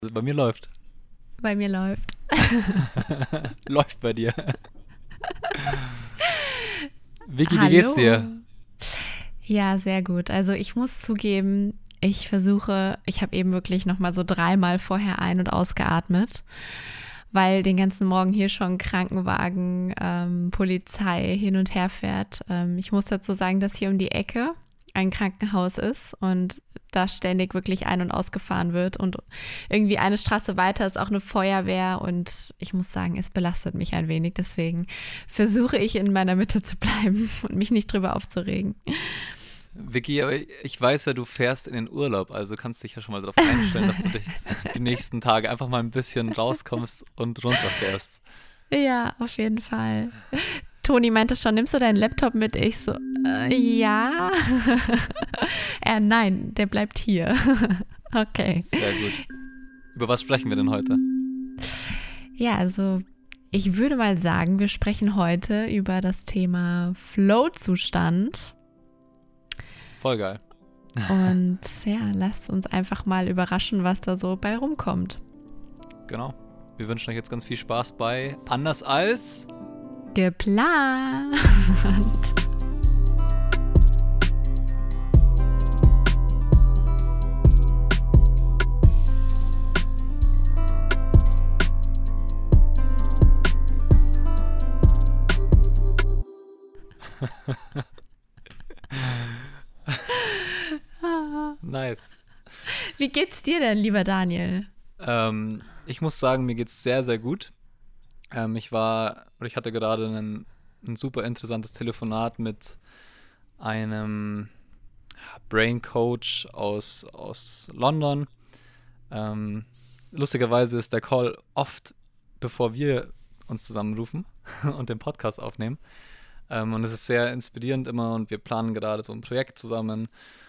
Also bei mir läuft. Bei mir läuft. Läuft bei dir. Vicky, wie geht's Hallo. dir? Ja, sehr gut. Also ich muss zugeben, ich habe eben wirklich nochmal so dreimal vorher ein- und ausgeatmet, weil den ganzen Morgen hier schon Krankenwagen, Polizei hin und her fährt. Ich muss dazu sagen, dass hier um die Ecke ein Krankenhaus ist und da ständig wirklich ein- und ausgefahren wird. Und irgendwie eine Straße weiter ist auch eine Feuerwehr und ich muss sagen, es belastet mich ein wenig. Deswegen versuche ich in meiner Mitte zu bleiben und mich nicht drüber aufzuregen. Vicky, aber ich weiß ja, du fährst in den Urlaub, also kannst dich ja schon mal darauf einstellen, dass du dich die nächsten Tage einfach mal ein bisschen rauskommst und runterfährst. Ja, auf jeden Fall. Toni meinte schon, nimmst du deinen Laptop mit? Ich so, ja. Nein, der bleibt hier. Okay. Sehr gut. Über was sprechen wir denn heute? Ja, also ich würde mal sagen, wir sprechen heute über das Thema Flow-Zustand. Voll geil. Und ja, lasst uns einfach mal überraschen, was da so bei rumkommt. Genau. Wir wünschen euch jetzt ganz viel Spaß bei Anders als... Geplant. Nice. Wie geht's dir denn, lieber Daniel? Ich muss sagen, mir geht's sehr, sehr gut. Ich hatte gerade ein super interessantes Telefonat mit einem Brain Coach aus London. Lustigerweise ist der Call oft, bevor wir uns zusammenrufen und den Podcast aufnehmen. Und es ist sehr inspirierend immer und wir planen gerade so ein Projekt zusammen.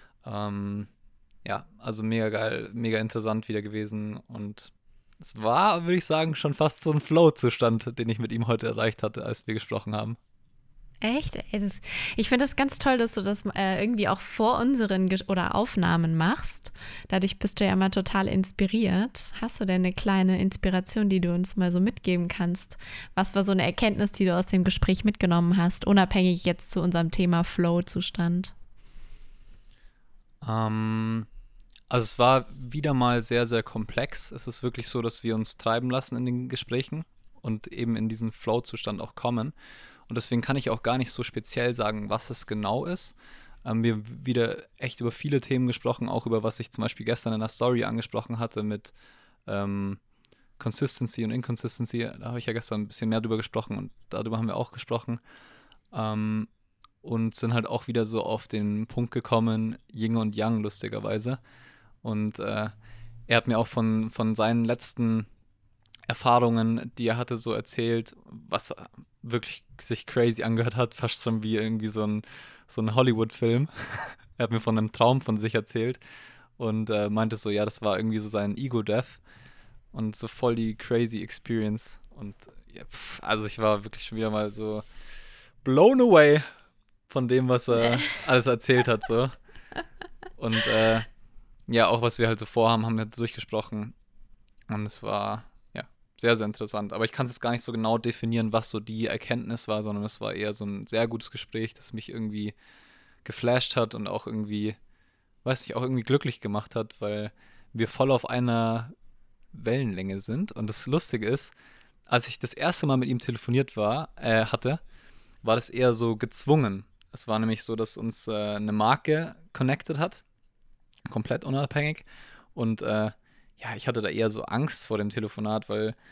Ja, also mega geil, mega interessant wieder gewesen und es war, würde ich sagen, schon fast so ein Flow-Zustand, den ich mit ihm heute erreicht hatte, als wir gesprochen haben. Echt? Ey, ich finde das ganz toll, dass du das irgendwie auch vor unseren oder Aufnahmen machst. Dadurch bist du ja immer total inspiriert. Hast du denn eine kleine Inspiration, die du uns mal so mitgeben kannst? Was war so eine Erkenntnis, die du aus dem Gespräch mitgenommen hast, unabhängig jetzt zu unserem Thema Flow-Zustand? Also es war wieder mal sehr, sehr komplex. Es ist wirklich so, dass wir uns treiben lassen in den Gesprächen und eben in diesen Flow-Zustand auch kommen. Und deswegen kann ich auch gar nicht so speziell sagen, was es genau ist. Wir haben wieder echt über viele Themen gesprochen, auch über was ich zum Beispiel gestern in der Story angesprochen hatte mit Consistency und Inconsistency. Da habe ich ja gestern ein bisschen mehr drüber gesprochen und darüber haben wir auch gesprochen. Ähm, und sind halt auch wieder so auf den Punkt gekommen, Yin und Yang, lustigerweise. Und er hat mir auch von seinen letzten Erfahrungen, die er hatte, so erzählt, was wirklich sich crazy angehört hat, fast schon wie irgendwie so ein Hollywood-Film. Er hat mir von einem Traum von sich erzählt und meinte so, ja, das war irgendwie so sein Ego-Death und so voll die crazy Experience. Und ja, also ich war wirklich schon wieder mal so blown away von dem, was er alles erzählt hat, so. Und ja, auch was wir halt so vorhaben, haben wir durchgesprochen. Und es war, ja, sehr, sehr interessant. Aber ich kann es jetzt gar nicht so genau definieren, was so die Erkenntnis war, sondern es war eher so ein sehr gutes Gespräch, das mich irgendwie geflasht hat und auch irgendwie, weiß nicht, auch irgendwie glücklich gemacht hat, weil wir voll auf einer Wellenlänge sind. Und das Lustige ist, als ich das erste Mal mit ihm hatte, war das eher so gezwungen. Es war nämlich so, dass uns eine Marke connected hat, komplett unabhängig. Und ja, ich hatte da eher so Angst vor dem Telefonat,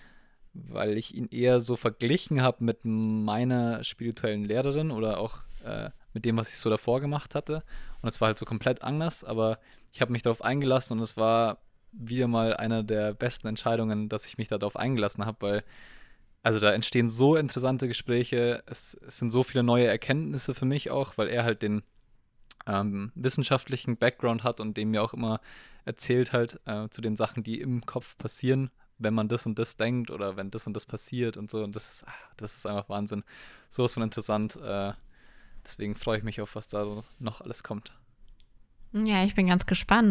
weil ich ihn eher so verglichen habe mit meiner spirituellen Lehrerin oder auch mit dem, was ich so davor gemacht hatte. Und es war halt so komplett anders, aber ich habe mich darauf eingelassen und es war wieder mal einer der besten Entscheidungen, dass ich mich darauf eingelassen habe, weil also da entstehen so interessante Gespräche, es sind so viele neue Erkenntnisse für mich auch, weil er halt den wissenschaftlichen Background hat und dem mir auch immer erzählt halt zu den Sachen, die im Kopf passieren, wenn man das und das denkt oder wenn das und das passiert und so. Und das ist einfach Wahnsinn. Sowas von interessant. Deswegen freue ich mich auf, was da so noch alles kommt. Ja, ich bin ganz gespannt.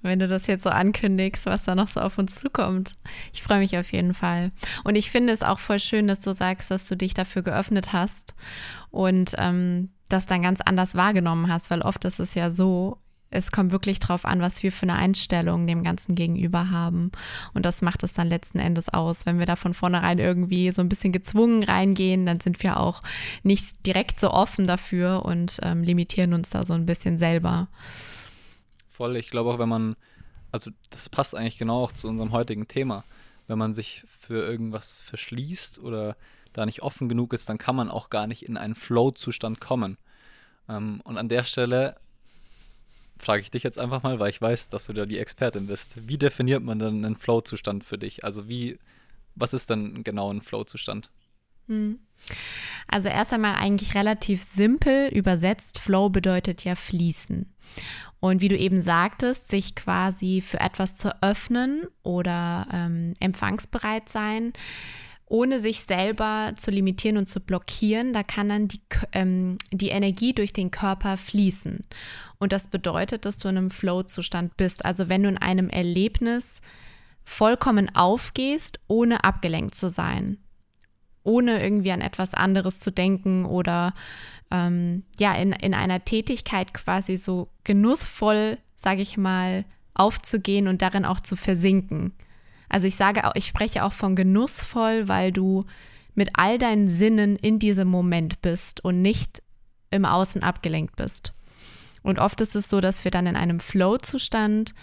wenn du das jetzt so ankündigst, was da noch so auf uns zukommt. Ich freue mich auf jeden Fall. Und ich finde es auch voll schön, dass du sagst, dass du dich dafür geöffnet hast und das dann ganz anders wahrgenommen hast, weil oft ist es ja so, es kommt wirklich drauf an, was wir für eine Einstellung dem Ganzen gegenüber haben. Und das macht es dann letzten Endes aus. Wenn wir da von vornherein irgendwie so ein bisschen gezwungen reingehen, dann sind wir auch nicht direkt so offen dafür und limitieren uns da so ein bisschen selber. Voll, ich glaube auch, also das passt eigentlich genau auch zu unserem heutigen Thema. Wenn man sich für irgendwas verschließt oder da nicht offen genug ist, dann kann man auch gar nicht in einen Flow-Zustand kommen. Und an der Stelle frage ich dich jetzt einfach mal, weil ich weiß, dass du da die Expertin bist. Wie definiert man dann einen Flow-Zustand für dich? Also was ist denn genau ein Flow-Zustand? Also erst einmal eigentlich relativ simpel übersetzt. Flow bedeutet ja fließen. Und wie du eben sagtest, sich quasi für etwas zu öffnen oder empfangsbereit sein, ohne sich selber zu limitieren und zu blockieren, da kann dann die Energie durch den Körper fließen. Und das bedeutet, dass du in einem Flow-Zustand bist. Also wenn du in einem Erlebnis vollkommen aufgehst, ohne abgelenkt zu sein, ohne irgendwie an etwas anderes zu denken oder in einer Tätigkeit quasi so genussvoll, sage ich mal, aufzugehen und darin auch zu versinken. Also ich spreche auch von genussvoll, weil du mit all deinen Sinnen in diesem Moment bist und nicht im Außen abgelenkt bist. Und oft ist es so, dass wir dann in einem Flow-Zustand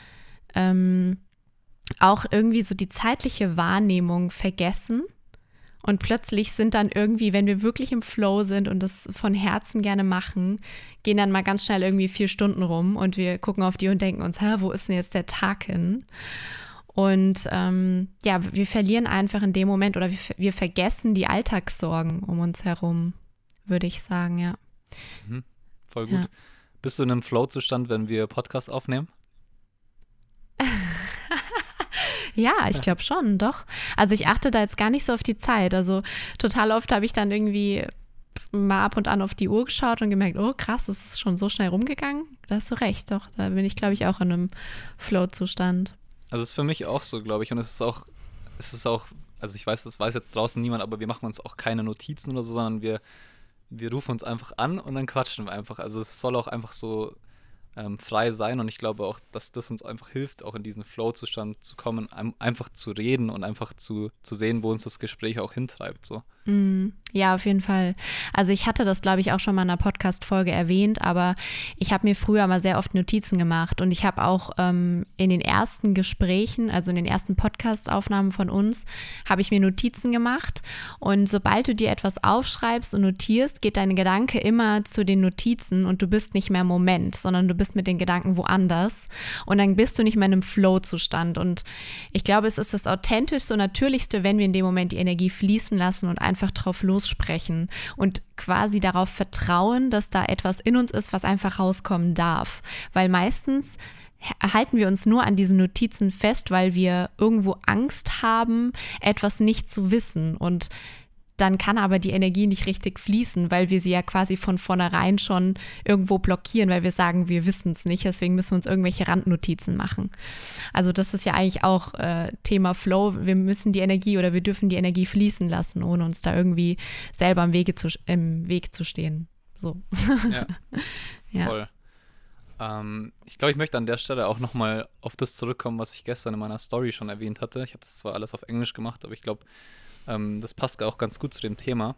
auch irgendwie so die zeitliche Wahrnehmung vergessen. Und plötzlich sind dann irgendwie, wenn wir wirklich im Flow sind und das von Herzen gerne machen, gehen dann mal ganz schnell irgendwie 4 Stunden rum und wir gucken auf die und denken uns, wo ist denn jetzt der Tag hin? Und wir verlieren einfach in dem Moment oder wir vergessen die Alltagssorgen um uns herum, würde ich sagen, ja. Voll gut. Ja. Bist du in einem Flow-Zustand, wenn wir Podcasts aufnehmen? Ja, ich glaube schon, doch. Also ich achte da jetzt gar nicht so auf die Zeit. Also total oft habe ich dann irgendwie mal ab und an auf die Uhr geschaut und gemerkt, oh krass, es ist schon so schnell rumgegangen. Da hast du recht, doch. Da bin ich, glaube ich, auch in einem Flow-Zustand. Also es ist für mich auch so, glaube ich. Und es ist auch, also ich weiß, das weiß jetzt draußen niemand, aber wir machen uns auch keine Notizen oder so, sondern wir rufen uns einfach an und dann quatschen wir einfach. Also es soll auch einfach so frei sein und ich glaube auch, dass das uns einfach hilft, auch in diesen Flow-Zustand zu kommen, einfach zu reden und einfach zu sehen, wo uns das Gespräch auch hintreibt. So. Ja, auf jeden Fall. Also ich hatte das, glaube ich, auch schon mal in einer Podcast-Folge erwähnt, aber ich habe mir früher mal sehr oft Notizen gemacht und ich habe auch in den ersten Gesprächen, also in den ersten Podcast-Aufnahmen von uns, habe ich mir Notizen gemacht und sobald du dir etwas aufschreibst und notierst, geht dein Gedanke immer zu den Notizen und du bist nicht mehr im Moment, sondern du bist mit den Gedanken woanders und dann bist du nicht mehr in einem Flow-Zustand und ich glaube, es ist das authentischste und natürlichste, wenn wir in dem Moment die Energie fließen lassen und einfach drauf lossprechen und quasi darauf vertrauen, dass da etwas in uns ist, was einfach rauskommen darf. Weil meistens halten wir uns nur an diesen Notizen fest, weil wir irgendwo Angst haben, etwas nicht zu wissen und dann kann aber die Energie nicht richtig fließen, weil wir sie ja quasi von vornherein schon irgendwo blockieren, weil wir sagen, wir wissen es nicht, deswegen müssen wir uns irgendwelche Randnotizen machen. Also das ist ja eigentlich auch Thema Flow, wir müssen die Energie oder wir dürfen die Energie fließen lassen, ohne uns da irgendwie selber im Weg zu stehen. So. Ja, voll. Ich glaube, ich möchte an der Stelle auch nochmal auf das zurückkommen, was ich gestern in meiner Story schon erwähnt hatte. Ich habe das zwar alles auf Englisch gemacht, aber ich glaube, das passt auch ganz gut zu dem Thema.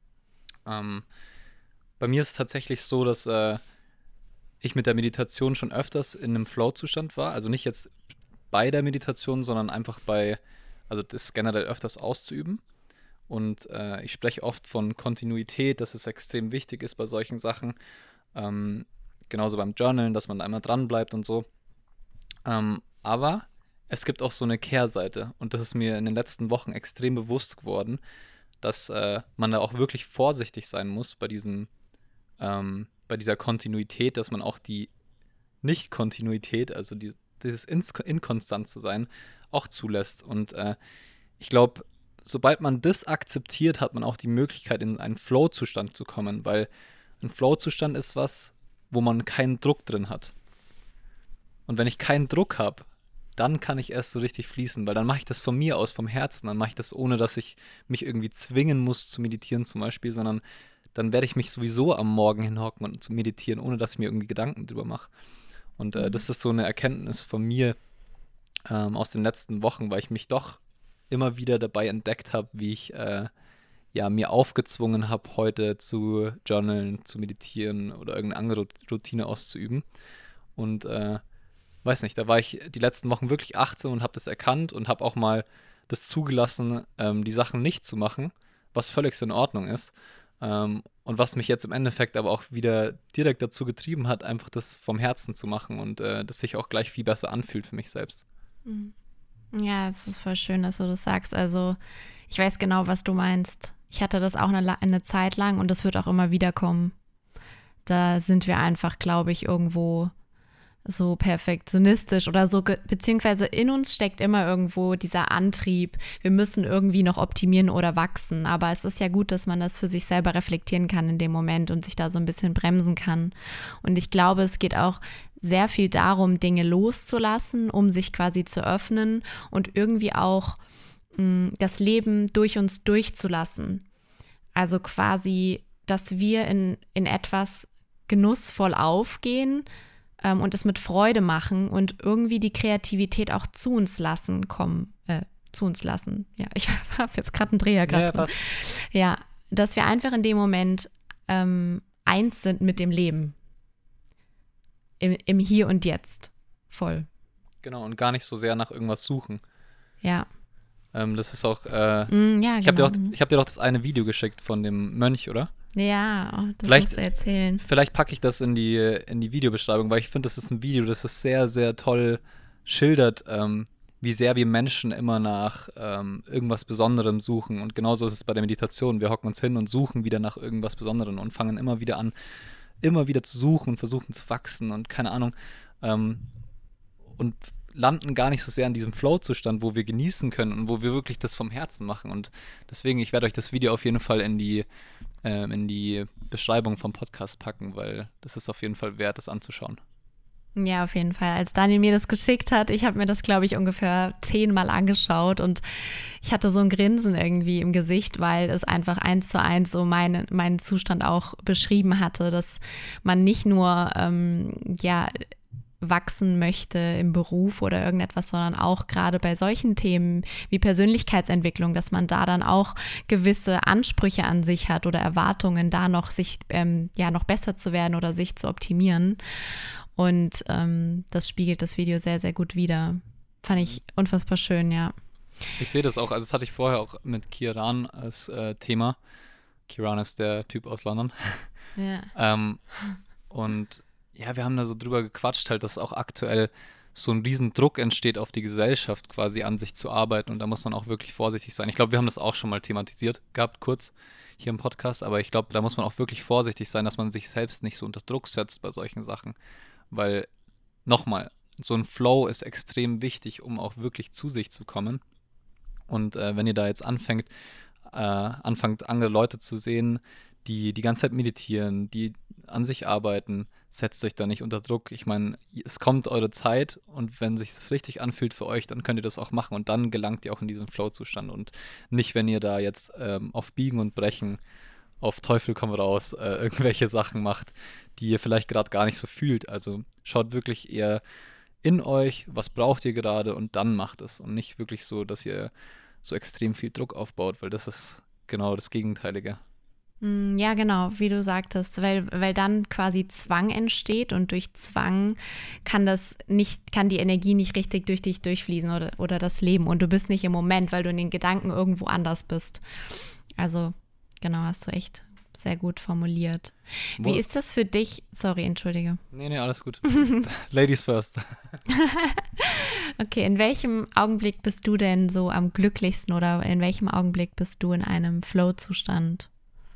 Bei mir ist es tatsächlich so, dass ich mit der Meditation schon öfters in einem Flow-Zustand war. Also nicht jetzt bei der Meditation, sondern einfach also das generell öfters auszuüben. Und ich spreche oft von Kontinuität, dass es extrem wichtig ist bei solchen Sachen. Genauso beim Journalen, dass man einmal dran bleibt und so. Aber es gibt auch so eine Kehrseite und das ist mir in den letzten Wochen extrem bewusst geworden, dass man da auch wirklich vorsichtig sein muss bei bei dieser Kontinuität, dass man auch die Nicht-Kontinuität, also dieses inkonstant zu sein, auch zulässt. Und ich glaube, sobald man das akzeptiert, hat man auch die Möglichkeit, in einen Flow-Zustand zu kommen, weil ein Flow-Zustand ist was, wo man keinen Druck drin hat. Und wenn ich keinen Druck habe, dann kann ich erst so richtig fließen, weil dann mache ich das von mir aus, vom Herzen. Dann mache ich das, ohne dass ich mich irgendwie zwingen muss zu meditieren zum Beispiel, sondern dann werde ich mich sowieso am Morgen hinhocken und zu meditieren, ohne dass ich mir irgendwie Gedanken drüber mache. Und das ist so eine Erkenntnis von mir aus den letzten Wochen, weil ich mich doch immer wieder dabei entdeckt habe, wie ich mir aufgezwungen habe, heute zu journalen, zu meditieren oder irgendeine andere Routine auszuüben. Und weiß nicht, da war ich die letzten Wochen wirklich achtsam und habe das erkannt und habe auch mal das zugelassen, die Sachen nicht zu machen, was völlig so in Ordnung ist. Und was mich jetzt im Endeffekt aber auch wieder direkt dazu getrieben hat, einfach das vom Herzen zu machen und das sich auch gleich viel besser anfühlt für mich selbst. Ja, es ist voll schön, dass du das sagst. Also ich weiß genau, was du meinst. Ich hatte das auch eine Zeit lang und das wird auch immer wieder kommen. Da sind wir einfach, glaube ich, irgendwo so perfektionistisch oder so, beziehungsweise in uns steckt immer irgendwo dieser Antrieb, wir müssen irgendwie noch optimieren oder wachsen, aber es ist ja gut, dass man das für sich selber reflektieren kann in dem Moment und sich da so ein bisschen bremsen kann. Und ich glaube, es geht auch sehr viel darum, Dinge loszulassen, um sich quasi zu öffnen und irgendwie auch das Leben durch uns durchzulassen. Also quasi, dass wir in etwas genussvoll aufgehen, und es mit Freude machen und irgendwie die Kreativität auch zu uns lassen. Ja, ich habe jetzt gerade einen Dreher gerade. Ja, dass wir einfach in dem Moment eins sind mit dem Leben. Im Hier und Jetzt. Voll. Genau, und gar nicht so sehr nach irgendwas suchen. Ja. Das ist auch, ja, ich habe dir doch das eine Video geschickt von dem Mönch, oder? Ja, das musst du erzählen. Vielleicht packe ich das in die Videobeschreibung, weil ich finde, das ist ein Video, das ist sehr, sehr toll schildert, wie sehr wir Menschen immer nach irgendwas Besonderem suchen. Und genauso ist es bei der Meditation. Wir hocken uns hin und suchen wieder nach irgendwas Besonderem und fangen immer wieder an, immer wieder zu suchen und versuchen zu wachsen und keine Ahnung. Und landen gar nicht so sehr in diesem Flow-Zustand, wo wir genießen können und wo wir wirklich das vom Herzen machen. Und deswegen, ich werde euch das Video auf jeden Fall in die Beschreibung vom Podcast packen, weil das ist auf jeden Fall wert, das anzuschauen. Ja, auf jeden Fall. Als Daniel mir das geschickt hat, ich habe mir das, glaube ich, ungefähr 10-mal angeschaut und ich hatte so ein Grinsen irgendwie im Gesicht, weil es einfach 1:1 so meinen Zustand auch beschrieben hatte, dass man nicht nur, wachsen möchte im Beruf oder irgendetwas, sondern auch gerade bei solchen Themen wie Persönlichkeitsentwicklung, dass man da dann auch gewisse Ansprüche an sich hat oder Erwartungen, da noch sich noch besser zu werden oder sich zu optimieren. Und das spiegelt das Video sehr, sehr gut wider. Fand ich unfassbar schön, ja. Ich sehe das auch, also das hatte ich vorher auch mit Kiran als Thema. Kiran ist der Typ aus London. Ja. Und ja, wir haben da so drüber gequatscht, halt, dass auch aktuell so ein riesen Druck entsteht auf die Gesellschaft, quasi an sich zu arbeiten. Und da muss man auch wirklich vorsichtig sein. Ich glaube, wir haben das auch schon mal thematisiert gehabt, kurz hier im Podcast. Aber ich glaube, da muss man auch wirklich vorsichtig sein, dass man sich selbst nicht so unter Druck setzt bei solchen Sachen. Weil, nochmal, so ein Flow ist extrem wichtig, um auch wirklich zu sich zu kommen. Und wenn ihr da jetzt anfangt, andere Leute zu sehen, die ganze Zeit meditieren, die an sich arbeiten, setzt euch da nicht unter Druck. Ich meine, es kommt eure Zeit und wenn sich das richtig anfühlt für euch, dann könnt ihr das auch machen und dann gelangt ihr auch in diesen Flow-Zustand und nicht, wenn ihr da jetzt auf Biegen und Brechen, auf Teufel komm raus, irgendwelche Sachen macht, die ihr vielleicht gerade gar nicht so fühlt. Also schaut wirklich eher in euch, was braucht ihr gerade und dann macht es und nicht wirklich so, dass ihr so extrem viel Druck aufbaut, weil das ist genau das Gegenteilige. Ja, genau, wie du sagtest, weil dann quasi Zwang entsteht und durch Zwang kann die Energie nicht richtig durch dich durchfließen oder das Leben und du bist nicht im Moment, weil du in den Gedanken irgendwo anders bist. Also, genau, hast du echt sehr gut formuliert. Wie ist das für dich? Sorry, entschuldige. Nee, alles gut. Ladies first. Okay, in welchem Augenblick bist du denn so am glücklichsten oder in welchem Augenblick bist du in einem Flow-Zustand?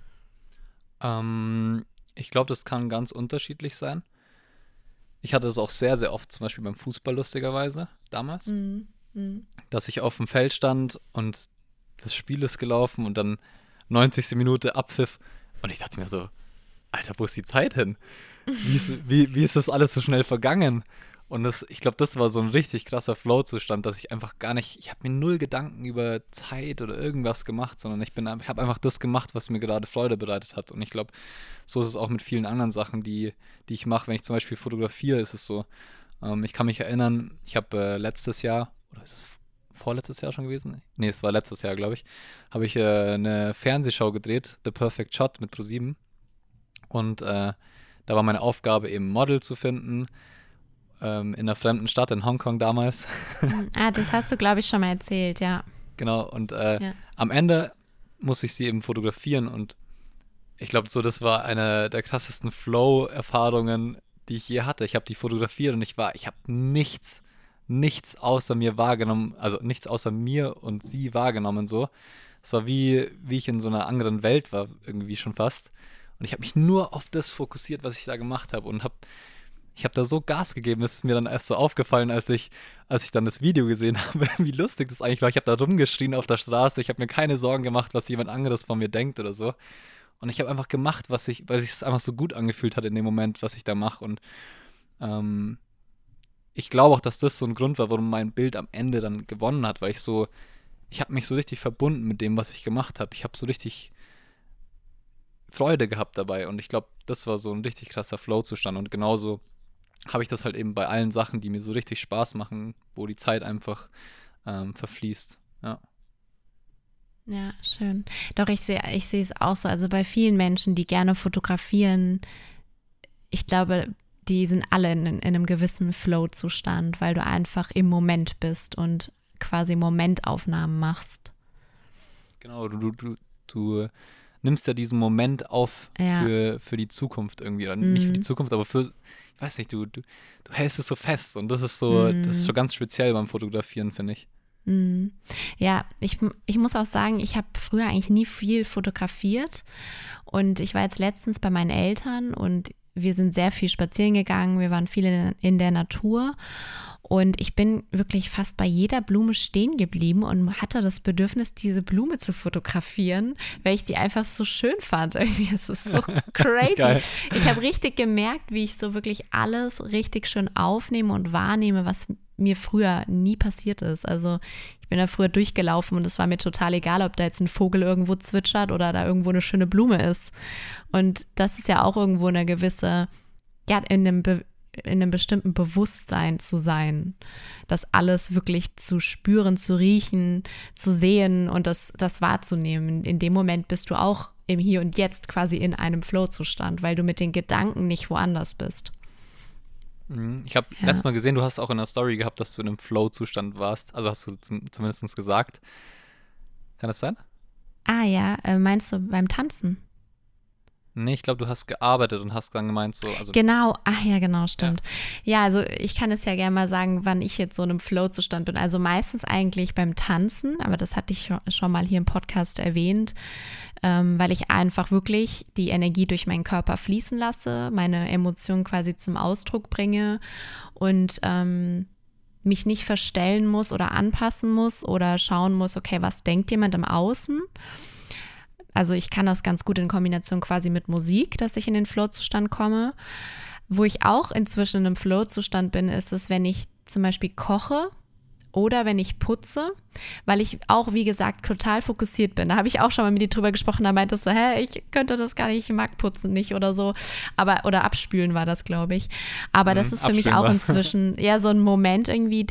Ich glaube, das kann ganz unterschiedlich sein. Ich hatte das auch sehr, sehr oft, zum Beispiel beim Fußball lustigerweise, damals, dass ich auf dem Feld stand und das Spiel ist gelaufen und dann 90. Minute Abpfiff und ich dachte mir so, Alter, wo ist die Zeit hin? Wie ist das alles so schnell vergangen? Und ich glaube, das war so ein richtig krasser Flow-Zustand, dass ich einfach gar nicht, ich habe mir null Gedanken über Zeit oder irgendwas gemacht, sondern ich habe einfach das gemacht, was mir gerade Freude bereitet hat. Und ich glaube, so ist es auch mit vielen anderen Sachen, die ich mache. Wenn ich zum Beispiel fotografiere, ist es so, ich kann mich erinnern, ich habe letztes Jahr, oder ist es vorletztes Jahr schon gewesen? Nee, es war letztes Jahr, glaube ich, habe ich eine Fernsehshow gedreht, The Perfect Shot mit ProSieben. Und da war meine Aufgabe eben Model zu finden, in einer fremden Stadt, in Hongkong damals. Das hast du, glaube ich, schon mal erzählt, ja. Genau, und Ja. am Ende muss ich sie eben fotografieren und ich glaube, so, das war eine der krassesten Flow-Erfahrungen, die ich je hatte. Ich habe die fotografiert und ich habe nichts außer mir wahrgenommen, also nichts außer mir und sie wahrgenommen so. Es war wie ich in so einer anderen Welt war, irgendwie schon fast. Und ich habe mich nur auf das fokussiert, was ich da gemacht habe und ich habe da so Gas gegeben, es ist mir dann erst so aufgefallen, als ich dann das Video gesehen habe, wie lustig das eigentlich war. Ich habe da rumgeschrien auf der Straße, ich habe mir keine Sorgen gemacht, was jemand anderes von mir denkt oder so. Und ich habe einfach gemacht, weil sich es einfach so gut angefühlt hat in dem Moment, was ich da mache. Und ich glaube auch, dass das so ein Grund war, warum mein Bild am Ende dann gewonnen hat, weil ich habe mich so richtig verbunden mit dem, was ich gemacht habe. Ich habe so richtig Freude gehabt dabei und ich glaube, das war so ein richtig krasser Flow-Zustand und genauso habe ich das halt eben bei allen Sachen, die mir so richtig Spaß machen, wo die Zeit einfach verfließt. Ja. Ja, schön. Doch, ich sehe es auch so. Also bei vielen Menschen, die gerne fotografieren, ich glaube, die sind alle in einem gewissen Flow-Zustand, weil du einfach im Moment bist und quasi Momentaufnahmen machst. Genau, du nimmst ja diesen Moment auf Ja. für die Zukunft irgendwie. Oder nicht für die Zukunft, aber ich weiß nicht, du hältst es so fest und das ist so ganz speziell beim Fotografieren, finde ich. Ja, ich muss auch sagen, ich habe früher eigentlich nie viel fotografiert und ich war jetzt letztens bei meinen Eltern und wir sind sehr viel spazieren gegangen, wir waren viel in der Natur und ich bin wirklich fast bei jeder Blume stehen geblieben und hatte das Bedürfnis, diese Blume zu fotografieren, weil ich die einfach so schön fand. Irgendwie ist es so crazy. Geil. Ich habe richtig gemerkt, wie ich so wirklich alles richtig schön aufnehme und wahrnehme, was mir früher nie passiert ist. Also ich bin da früher durchgelaufen und es war mir total egal, ob da jetzt ein Vogel irgendwo zwitschert oder da irgendwo eine schöne Blume ist. Und das ist ja auch irgendwo eine gewisse, ja, in einem bestimmten Bewusstsein zu sein, das alles wirklich zu spüren, zu riechen, zu sehen und das wahrzunehmen. In dem Moment bist du auch im Hier und Jetzt quasi in einem Flow-Zustand, weil du mit den Gedanken nicht woanders bist. Ich habe letztes Mal gesehen, du hast auch in der Story gehabt, dass du in einem Flow-Zustand warst. Also hast du zumindest gesagt. Kann das sein? Ah ja, meinst du beim Tanzen? Nee, ich glaube, du hast gearbeitet und hast dann gemeint so, also Genau, ach ja, genau, stimmt. Ja, also ich kann es ja gerne mal sagen, wann ich jetzt so in einem Flow-Zustand bin. Also meistens eigentlich beim Tanzen, aber das hatte ich schon mal hier im Podcast erwähnt, weil ich einfach wirklich die Energie durch meinen Körper fließen lasse, meine Emotionen quasi zum Ausdruck bringe und mich nicht verstellen muss oder anpassen muss oder schauen muss, okay, was denkt jemand im Außen? Also ich kann das ganz gut in Kombination quasi mit Musik, dass ich in den Flow-Zustand komme. Wo ich auch inzwischen in einem Flow-Zustand bin, ist es, wenn ich zum Beispiel koche oder wenn ich putze, weil ich auch, wie gesagt, total fokussiert bin. Da habe ich auch schon mal mit dir drüber gesprochen, da meintest du, ich könnte das gar nicht, ich mag Putzen nicht oder so. Oder abspülen war das, glaube ich. Aber das ist für mich auch inzwischen ja so ein Moment irgendwie,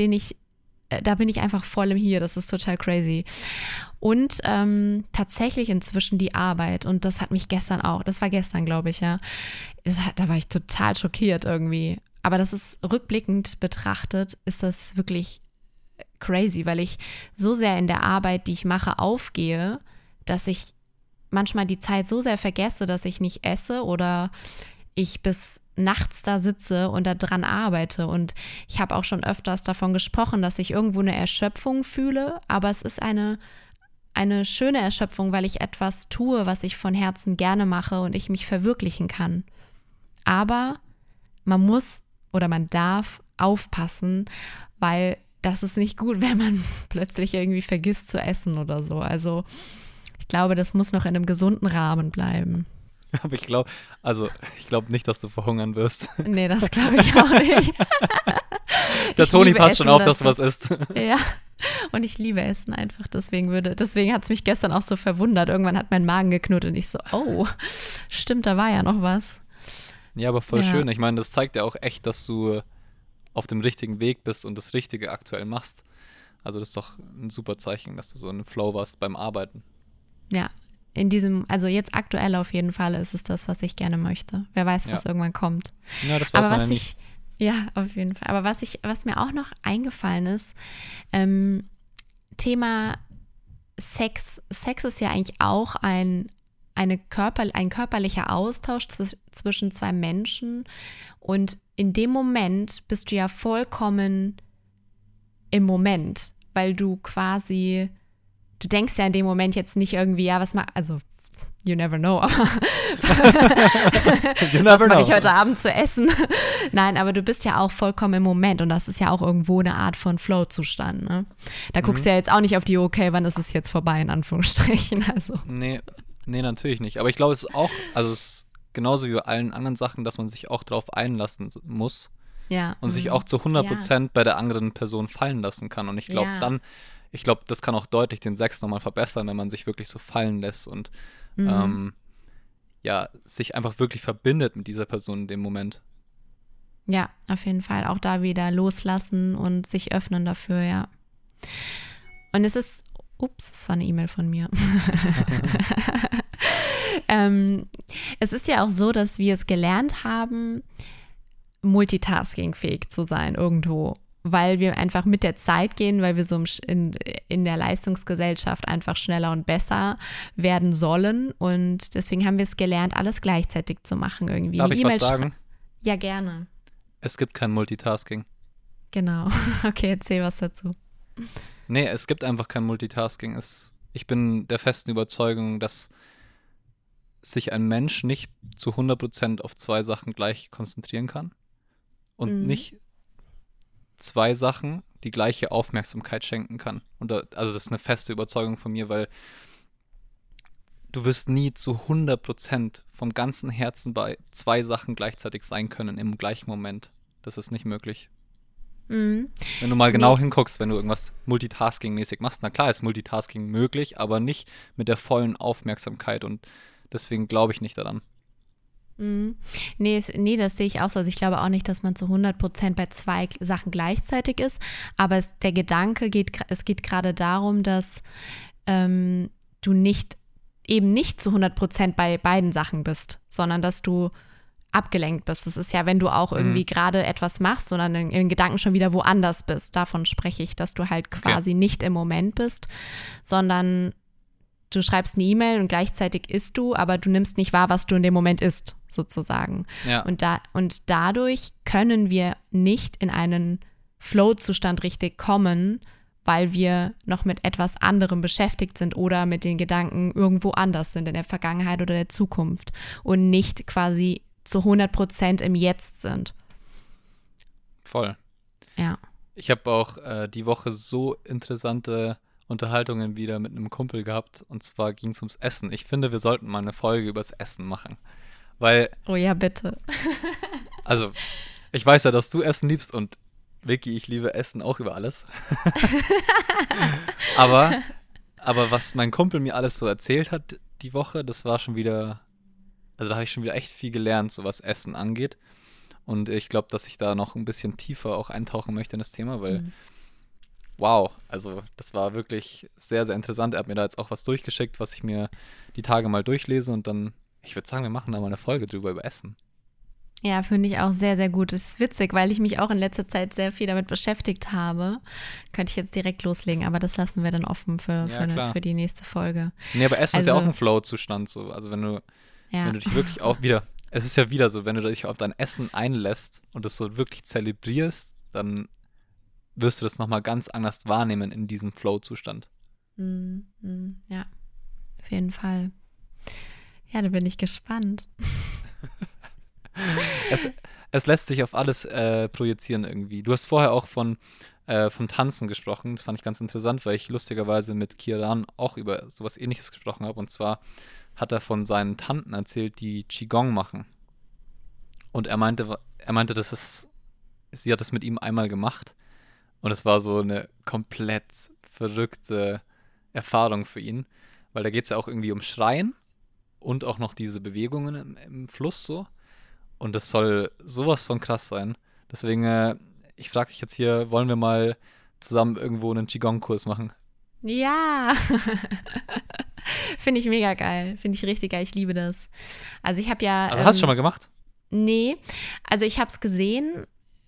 da bin ich einfach voll im Hier, das ist total crazy. Und tatsächlich inzwischen die Arbeit und das hat mich das war gestern, glaube ich, ja. Da war ich total schockiert irgendwie. Aber das ist rückblickend betrachtet, ist das wirklich crazy, weil ich so sehr in der Arbeit, die ich mache, aufgehe, dass ich manchmal die Zeit so sehr vergesse, dass ich nicht esse oder ich bis nachts da sitze und da dran arbeite. Und ich habe auch schon öfters davon gesprochen, dass ich irgendwo eine Erschöpfung fühle, aber es ist eine schöne Erschöpfung, weil ich etwas tue, was ich von Herzen gerne mache und ich mich verwirklichen kann. Aber man muss oder man darf aufpassen, weil das ist nicht gut, wenn man plötzlich irgendwie vergisst zu essen oder so. Also ich glaube, das muss noch in einem gesunden Rahmen bleiben. Aber ich glaube nicht, dass du verhungern wirst. Nee, das glaube ich auch nicht. Der Ich Toni liebe passt schon Essen auf, dass du was dazu. isst. Ja, und ich liebe Essen einfach. Deswegen hat es mich gestern auch so verwundert. Irgendwann hat mein Magen geknurrt und ich so, oh, stimmt, da war ja noch was. Ja, aber voll Ja, schön. Ich meine, das zeigt ja auch echt, dass du auf dem richtigen Weg bist und das Richtige aktuell machst. Also das ist doch ein super Zeichen, dass du so in einem Flow warst beim Arbeiten. ja. Also jetzt aktuell auf jeden Fall ist es das, was ich gerne möchte. Wer weiß, Ja. was irgendwann kommt. Ja, das weiß Aber man ja nie. ja, auf jeden Fall. Aber was mir auch noch eingefallen ist, Thema Sex. Sex ist ja eigentlich auch ein körperlicher Austausch zwischen zwei Menschen. Und in dem Moment bist du ja vollkommen im Moment, weil du denkst ja in dem Moment jetzt nicht irgendwie, ja, also you never know, aber You was never mache know. ich heute Abend zu essen? Nein, aber du bist ja auch vollkommen im Moment und das ist ja auch irgendwo eine Art von Flow-Zustand. Ne? Da guckst du ja jetzt auch nicht auf die, okay, wann ist es jetzt vorbei, in Anführungsstrichen. Also, Nee, natürlich nicht. Aber ich glaube, es ist auch, also es ist genauso wie bei allen anderen Sachen, dass man sich auch drauf einlassen muss ja. und sich auch zu Ja, 100% bei der anderen Person fallen lassen kann. Und ja. ich glaube, das kann auch deutlich den Sex nochmal verbessern, wenn man sich wirklich so fallen lässt und Mhm. ja, sich einfach wirklich verbindet mit dieser Person in dem Moment. Ja, auf jeden Fall. Auch da wieder loslassen und sich öffnen dafür, ja. Und es war eine E-Mail von mir. Es ist ja auch so, dass wir es gelernt haben, multitaskingfähig zu sein irgendwo, weil wir einfach mit der Zeit gehen, weil wir so in der Leistungsgesellschaft einfach schneller und besser werden sollen und deswegen haben wir es gelernt, alles gleichzeitig zu machen irgendwie. Darf Eine ich was E-Mail sagen? Ja, gerne. Es gibt kein Multitasking. Genau. Okay, erzähl was dazu. Nee, es gibt einfach kein Multitasking. Ich bin der festen Überzeugung, dass sich ein Mensch nicht zu 100% auf zwei Sachen gleich konzentrieren kann und Mhm. nicht zwei Sachen die gleiche Aufmerksamkeit schenken kann. Also das ist eine feste Überzeugung von mir, weil du wirst nie zu 100% vom ganzen Herzen bei zwei Sachen gleichzeitig sein können im gleichen Moment. Das ist nicht möglich. Mhm. Wenn du mal genau Nee. hinguckst, wenn du irgendwas Multitasking-mäßig machst, na klar ist Multitasking möglich, aber nicht mit der vollen Aufmerksamkeit und deswegen glaube ich nicht daran. Mhm. Nee, das sehe ich auch so. Also ich glaube auch nicht, dass man zu 100% bei zwei Sachen gleichzeitig ist. Aber der Gedanke es geht gerade darum, dass du eben nicht zu 100% bei beiden Sachen bist, sondern dass du abgelenkt bist. Das ist ja, wenn du auch Mhm. irgendwie gerade etwas machst, sondern in Gedanken schon wieder woanders bist. Davon spreche ich, dass du halt Okay. quasi nicht im Moment bist, sondern du schreibst eine E-Mail und gleichzeitig isst du, aber du nimmst nicht wahr, was du in dem Moment isst, sozusagen. Ja. Und dadurch können wir nicht in einen Flow-Zustand richtig kommen, weil wir noch mit etwas anderem beschäftigt sind oder mit den Gedanken irgendwo anders sind, in der Vergangenheit oder der Zukunft und nicht quasi zu 100% im Jetzt sind. Voll. Ja. Ich habe auch die Woche so interessante Unterhaltungen wieder mit einem Kumpel gehabt und zwar ging es ums Essen. Ich finde, wir sollten mal eine Folge übers Essen machen, weil, Oh ja, bitte. also, ich weiß ja, dass du Essen liebst und Vicky, ich liebe Essen auch über alles. Aber was mein Kumpel mir alles so erzählt hat die Woche, das war schon wieder, also da habe ich schon wieder echt viel gelernt, so was Essen angeht. Und ich glaube, dass ich da noch ein bisschen tiefer auch eintauchen möchte in das Thema, weil, Mhm. wow, also das war wirklich sehr, sehr interessant. Er hat mir da jetzt auch was durchgeschickt, was ich mir die Tage mal durchlese und dann, ich würde sagen, wir machen da mal eine Folge drüber über Essen. Ja, finde ich auch sehr, sehr gut. Es ist witzig, weil ich mich auch in letzter Zeit sehr viel damit beschäftigt habe. Könnte ich jetzt direkt loslegen, aber das lassen wir dann offen Ja, klar. für die nächste Folge. Nee, aber Essen ist ja auch Also, ein Flow-Zustand so. Also wenn du ja. dich wirklich auch wieder, es ist ja wieder so, wenn du dich auf dein Essen einlässt und es so wirklich zelebrierst, dann wirst du das nochmal ganz anders wahrnehmen in diesem Flow-Zustand. Ja, auf jeden Fall. Ja, da bin ich gespannt. Es lässt sich auf alles projizieren irgendwie. Du hast vorher auch vom Tanzen gesprochen. Das fand ich ganz interessant, weil ich lustigerweise mit Kiran auch über sowas Ähnliches gesprochen habe. Und zwar hat er von seinen Tanten erzählt, die Qigong machen. Und er meinte, das ist sie hat es mit ihm einmal gemacht und es war so eine komplett verrückte Erfahrung für ihn, weil da geht es ja auch irgendwie um Schreien und auch noch diese Bewegungen im Fluss so. Und das soll sowas von krass sein. Deswegen, ich frage dich jetzt hier, wollen wir mal zusammen irgendwo einen Qigong-Kurs machen? Ja, finde ich mega geil. Finde ich richtig geil. Ich liebe das. Also ich habe ja. Also hast du schon mal gemacht? Nee, also ich habe es gesehen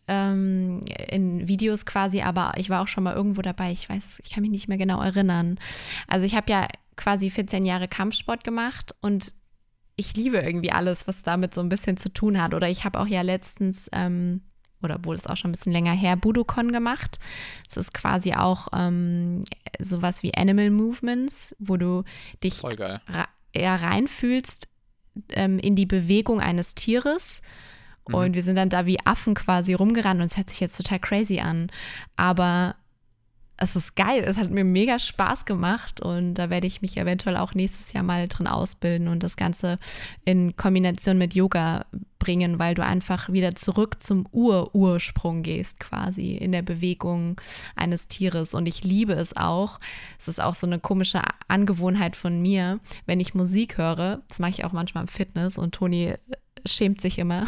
in Videos quasi, aber ich war auch schon mal irgendwo dabei. Ich kann mich nicht mehr genau erinnern. Also ich habe ja quasi 14 Jahre Kampfsport gemacht und ich liebe irgendwie alles, was damit so ein bisschen zu tun hat. Oder ich habe auch ja letztens, oder obwohl es auch schon ein bisschen länger her, Budokan gemacht. Das ist quasi auch sowas wie Animal Movements, wo du dich reinfühlst in die Bewegung eines Tieres. Und wir sind dann da wie Affen quasi rumgerannt und es hört sich jetzt total crazy an. Aber es ist geil, es hat mir mega Spaß gemacht und da werde ich mich eventuell auch nächstes Jahr mal drin ausbilden und das Ganze in Kombination mit Yoga bringen, weil du einfach wieder zurück zum Ursprung gehst quasi in der Bewegung eines Tieres und ich liebe es auch. Es ist auch so eine komische Angewohnheit von mir, wenn ich Musik höre, das mache ich auch manchmal im Fitness und Toni schämt sich immer.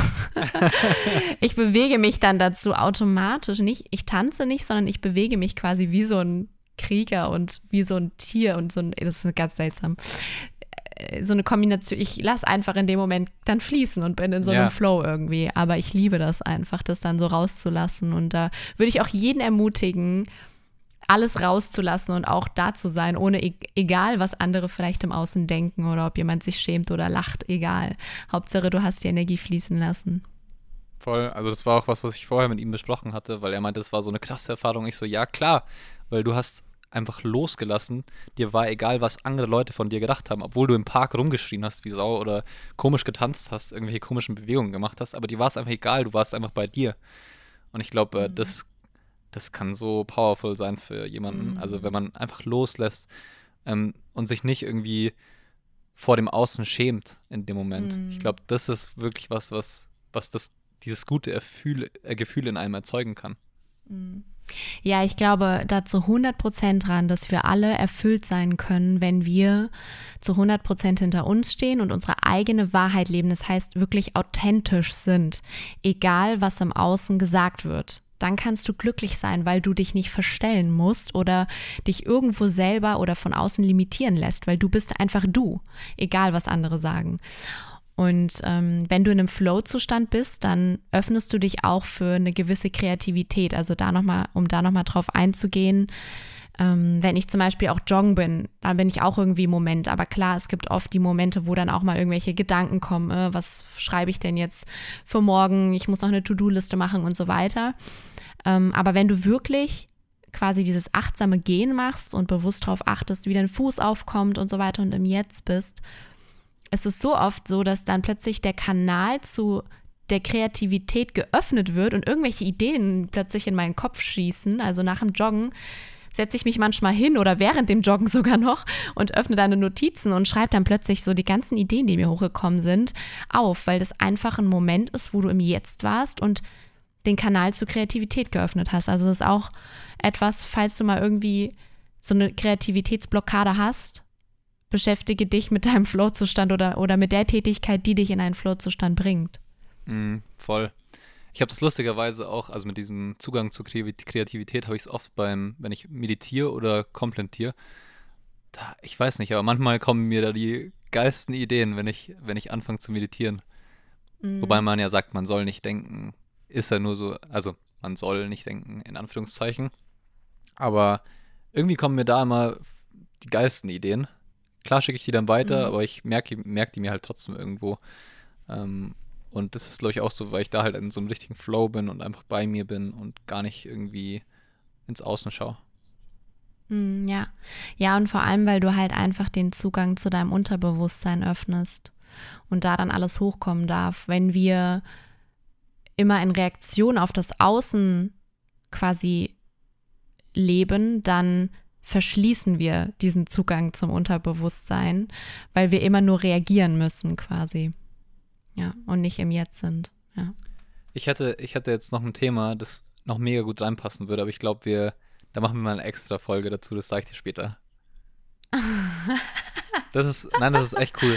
Ich bewege mich dann dazu automatisch nicht. Ich tanze nicht, sondern ich bewege mich quasi wie so ein Krieger und wie so ein Tier und das ist ganz seltsam. So eine Kombination. Ich lasse einfach in dem Moment dann fließen und bin in so einem Flow irgendwie. Aber ich liebe das einfach, das dann so rauszulassen. Und da würde ich auch jeden ermutigen, alles rauszulassen und auch da zu sein, ohne egal, was andere vielleicht im Außen denken oder ob jemand sich schämt oder lacht, egal. Hauptsache, du hast die Energie fließen lassen. Voll, also das war auch was ich vorher mit ihm besprochen hatte, weil er meinte, das war so eine krasse Erfahrung. Ich so, ja klar, weil du hast einfach losgelassen. Dir war egal, was andere Leute von dir gedacht haben, obwohl du im Park rumgeschrien hast wie Sau oder komisch getanzt hast, irgendwelche komischen Bewegungen gemacht hast, aber dir war es einfach egal, du warst einfach bei dir. Und ich glaube, das kann so powerful sein für jemanden. Also wenn man einfach loslässt und sich nicht irgendwie vor dem Außen schämt in dem Moment. Ich glaube, das ist wirklich was dieses gute Gefühl in einem erzeugen kann. Ja, ich glaube da zu 100% dran, dass wir alle erfüllt sein können, wenn wir zu 100% hinter uns stehen und unsere eigene Wahrheit leben. Das heißt, wirklich authentisch sind, egal was im Außen gesagt wird. Dann kannst du glücklich sein, weil du dich nicht verstellen musst oder dich irgendwo selber oder von außen limitieren lässt, weil du bist einfach du, egal was andere sagen. Und wenn du in einem Flow-Zustand bist, dann öffnest du dich auch für eine gewisse Kreativität. Also um da nochmal drauf einzugehen, wenn ich zum Beispiel auch joggen bin, dann bin ich auch irgendwie im Moment. Aber klar, es gibt oft die Momente, wo dann auch mal irgendwelche Gedanken kommen. Was schreibe ich denn jetzt für morgen? Ich muss noch eine To-Do-Liste machen und so weiter. Aber wenn du wirklich quasi dieses achtsame Gehen machst und bewusst darauf achtest, wie dein Fuß aufkommt und so weiter und im Jetzt bist, es ist so oft so, dass dann plötzlich der Kanal zu der Kreativität geöffnet wird und irgendwelche Ideen plötzlich in meinen Kopf schießen. Also nach dem Joggen setze ich mich manchmal hin oder während dem Joggen sogar noch und öffne deine Notizen und schreibe dann plötzlich so die ganzen Ideen, die mir hochgekommen sind, auf, weil das einfach ein Moment ist, wo du im Jetzt warst und den Kanal zur Kreativität geöffnet hast. Also das ist auch etwas, falls du mal irgendwie so eine Kreativitätsblockade hast, beschäftige dich mit deinem Flow-Zustand oder mit der Tätigkeit, die dich in einen Flow-Zustand bringt. Voll. Ich habe das lustigerweise auch, also mit diesem Zugang zur Kreativität habe ich es oft wenn ich meditiere oder kontempliere. Ich weiß nicht, aber manchmal kommen mir da die geilsten Ideen, wenn ich anfange zu meditieren. Wobei man ja sagt, man soll nicht denken. Ist ja nur so, also man soll nicht denken, in Anführungszeichen. Aber irgendwie kommen mir da immer die geilsten Ideen. Klar schicke ich die dann weiter, aber ich merke die mir halt trotzdem irgendwo. Und das ist, glaube ich, auch so, weil ich da halt in so einem richtigen Flow bin und einfach bei mir bin und gar nicht irgendwie ins Außen schaue. Ja. Ja, und vor allem, weil du halt einfach den Zugang zu deinem Unterbewusstsein öffnest und da dann alles hochkommen darf. Wenn wir immer in Reaktion auf das Außen quasi leben, dann verschließen wir diesen Zugang zum Unterbewusstsein, weil wir immer nur reagieren müssen quasi. Ja, und nicht im Jetzt sind. Ja. Ich hätte jetzt noch ein Thema, das noch mega gut reinpassen würde, aber ich glaube, da machen wir mal eine extra Folge dazu, das sage ich dir später. Nein, das ist echt cool.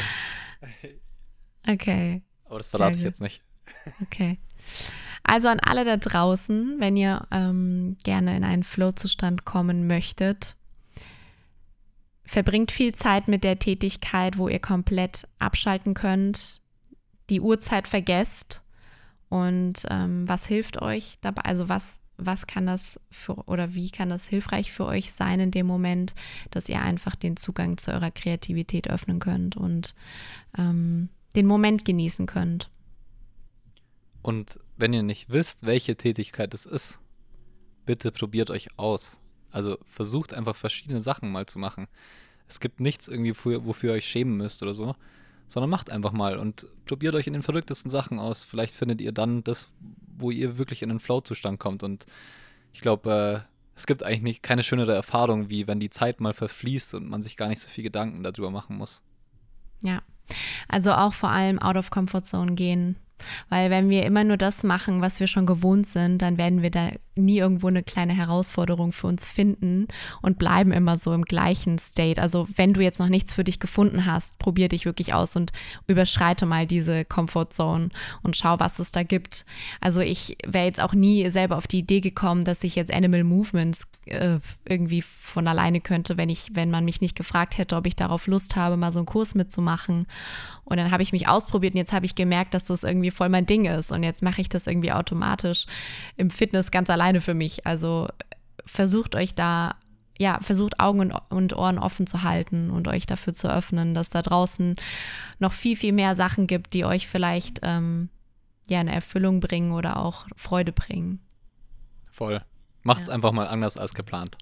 Okay, Aber das sehr verrate ich gut. jetzt nicht. Okay. Also an alle da draußen, wenn ihr gerne in einen Flow-Zustand kommen möchtet, verbringt viel Zeit mit der Tätigkeit, wo ihr komplett abschalten könnt, die Uhrzeit vergesst und was hilft euch dabei, also was kann das wie kann das hilfreich für euch sein in dem Moment, dass ihr einfach den Zugang zu eurer Kreativität öffnen könnt und den Moment genießen könnt. Und wenn ihr nicht wisst, welche Tätigkeit es ist, bitte probiert euch aus. Also versucht einfach verschiedene Sachen mal zu machen. Es gibt nichts irgendwie, wofür ihr euch schämen müsst oder so, sondern macht einfach mal und probiert euch in den verrücktesten Sachen aus. Vielleicht findet ihr dann das, wo ihr wirklich in den Flow-Zustand kommt. Und ich glaube, es gibt eigentlich keine schönere Erfahrung, wie wenn die Zeit mal verfließt und man sich gar nicht so viel Gedanken darüber machen muss. Ja, also auch vor allem out of comfort zone gehen. Weil wenn wir immer nur das machen, was wir schon gewohnt sind, dann werden wir da nie irgendwo eine kleine Herausforderung für uns finden und bleiben immer so im gleichen State. Also wenn du jetzt noch nichts für dich gefunden hast, probier dich wirklich aus und überschreite mal diese Comfort Zone und schau, was es da gibt. Also ich wäre jetzt auch nie selber auf die Idee gekommen, dass ich jetzt Animal Movements irgendwie von alleine könnte, wenn man mich nicht gefragt hätte, ob ich darauf Lust habe, mal so einen Kurs mitzumachen. Und dann habe ich mich ausprobiert und jetzt habe ich gemerkt, dass das irgendwie voll mein Ding ist. Und jetzt mache ich das irgendwie automatisch im Fitness ganz alleine für mich. Also versucht Augen und Ohren offen zu halten und euch dafür zu öffnen, dass da draußen noch viel, viel mehr Sachen gibt, die euch vielleicht eine Erfüllung bringen oder auch Freude bringen. Voll. Macht's einfach mal anders als geplant.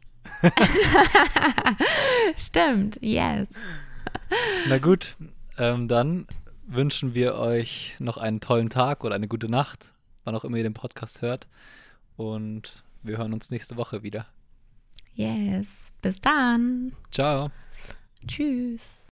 Stimmt, yes. Na gut, dann wünschen wir euch noch einen tollen Tag oder eine gute Nacht, wann auch immer ihr den Podcast hört. Und wir hören uns nächste Woche wieder. Yes. Bis dann. Ciao. Tschüss.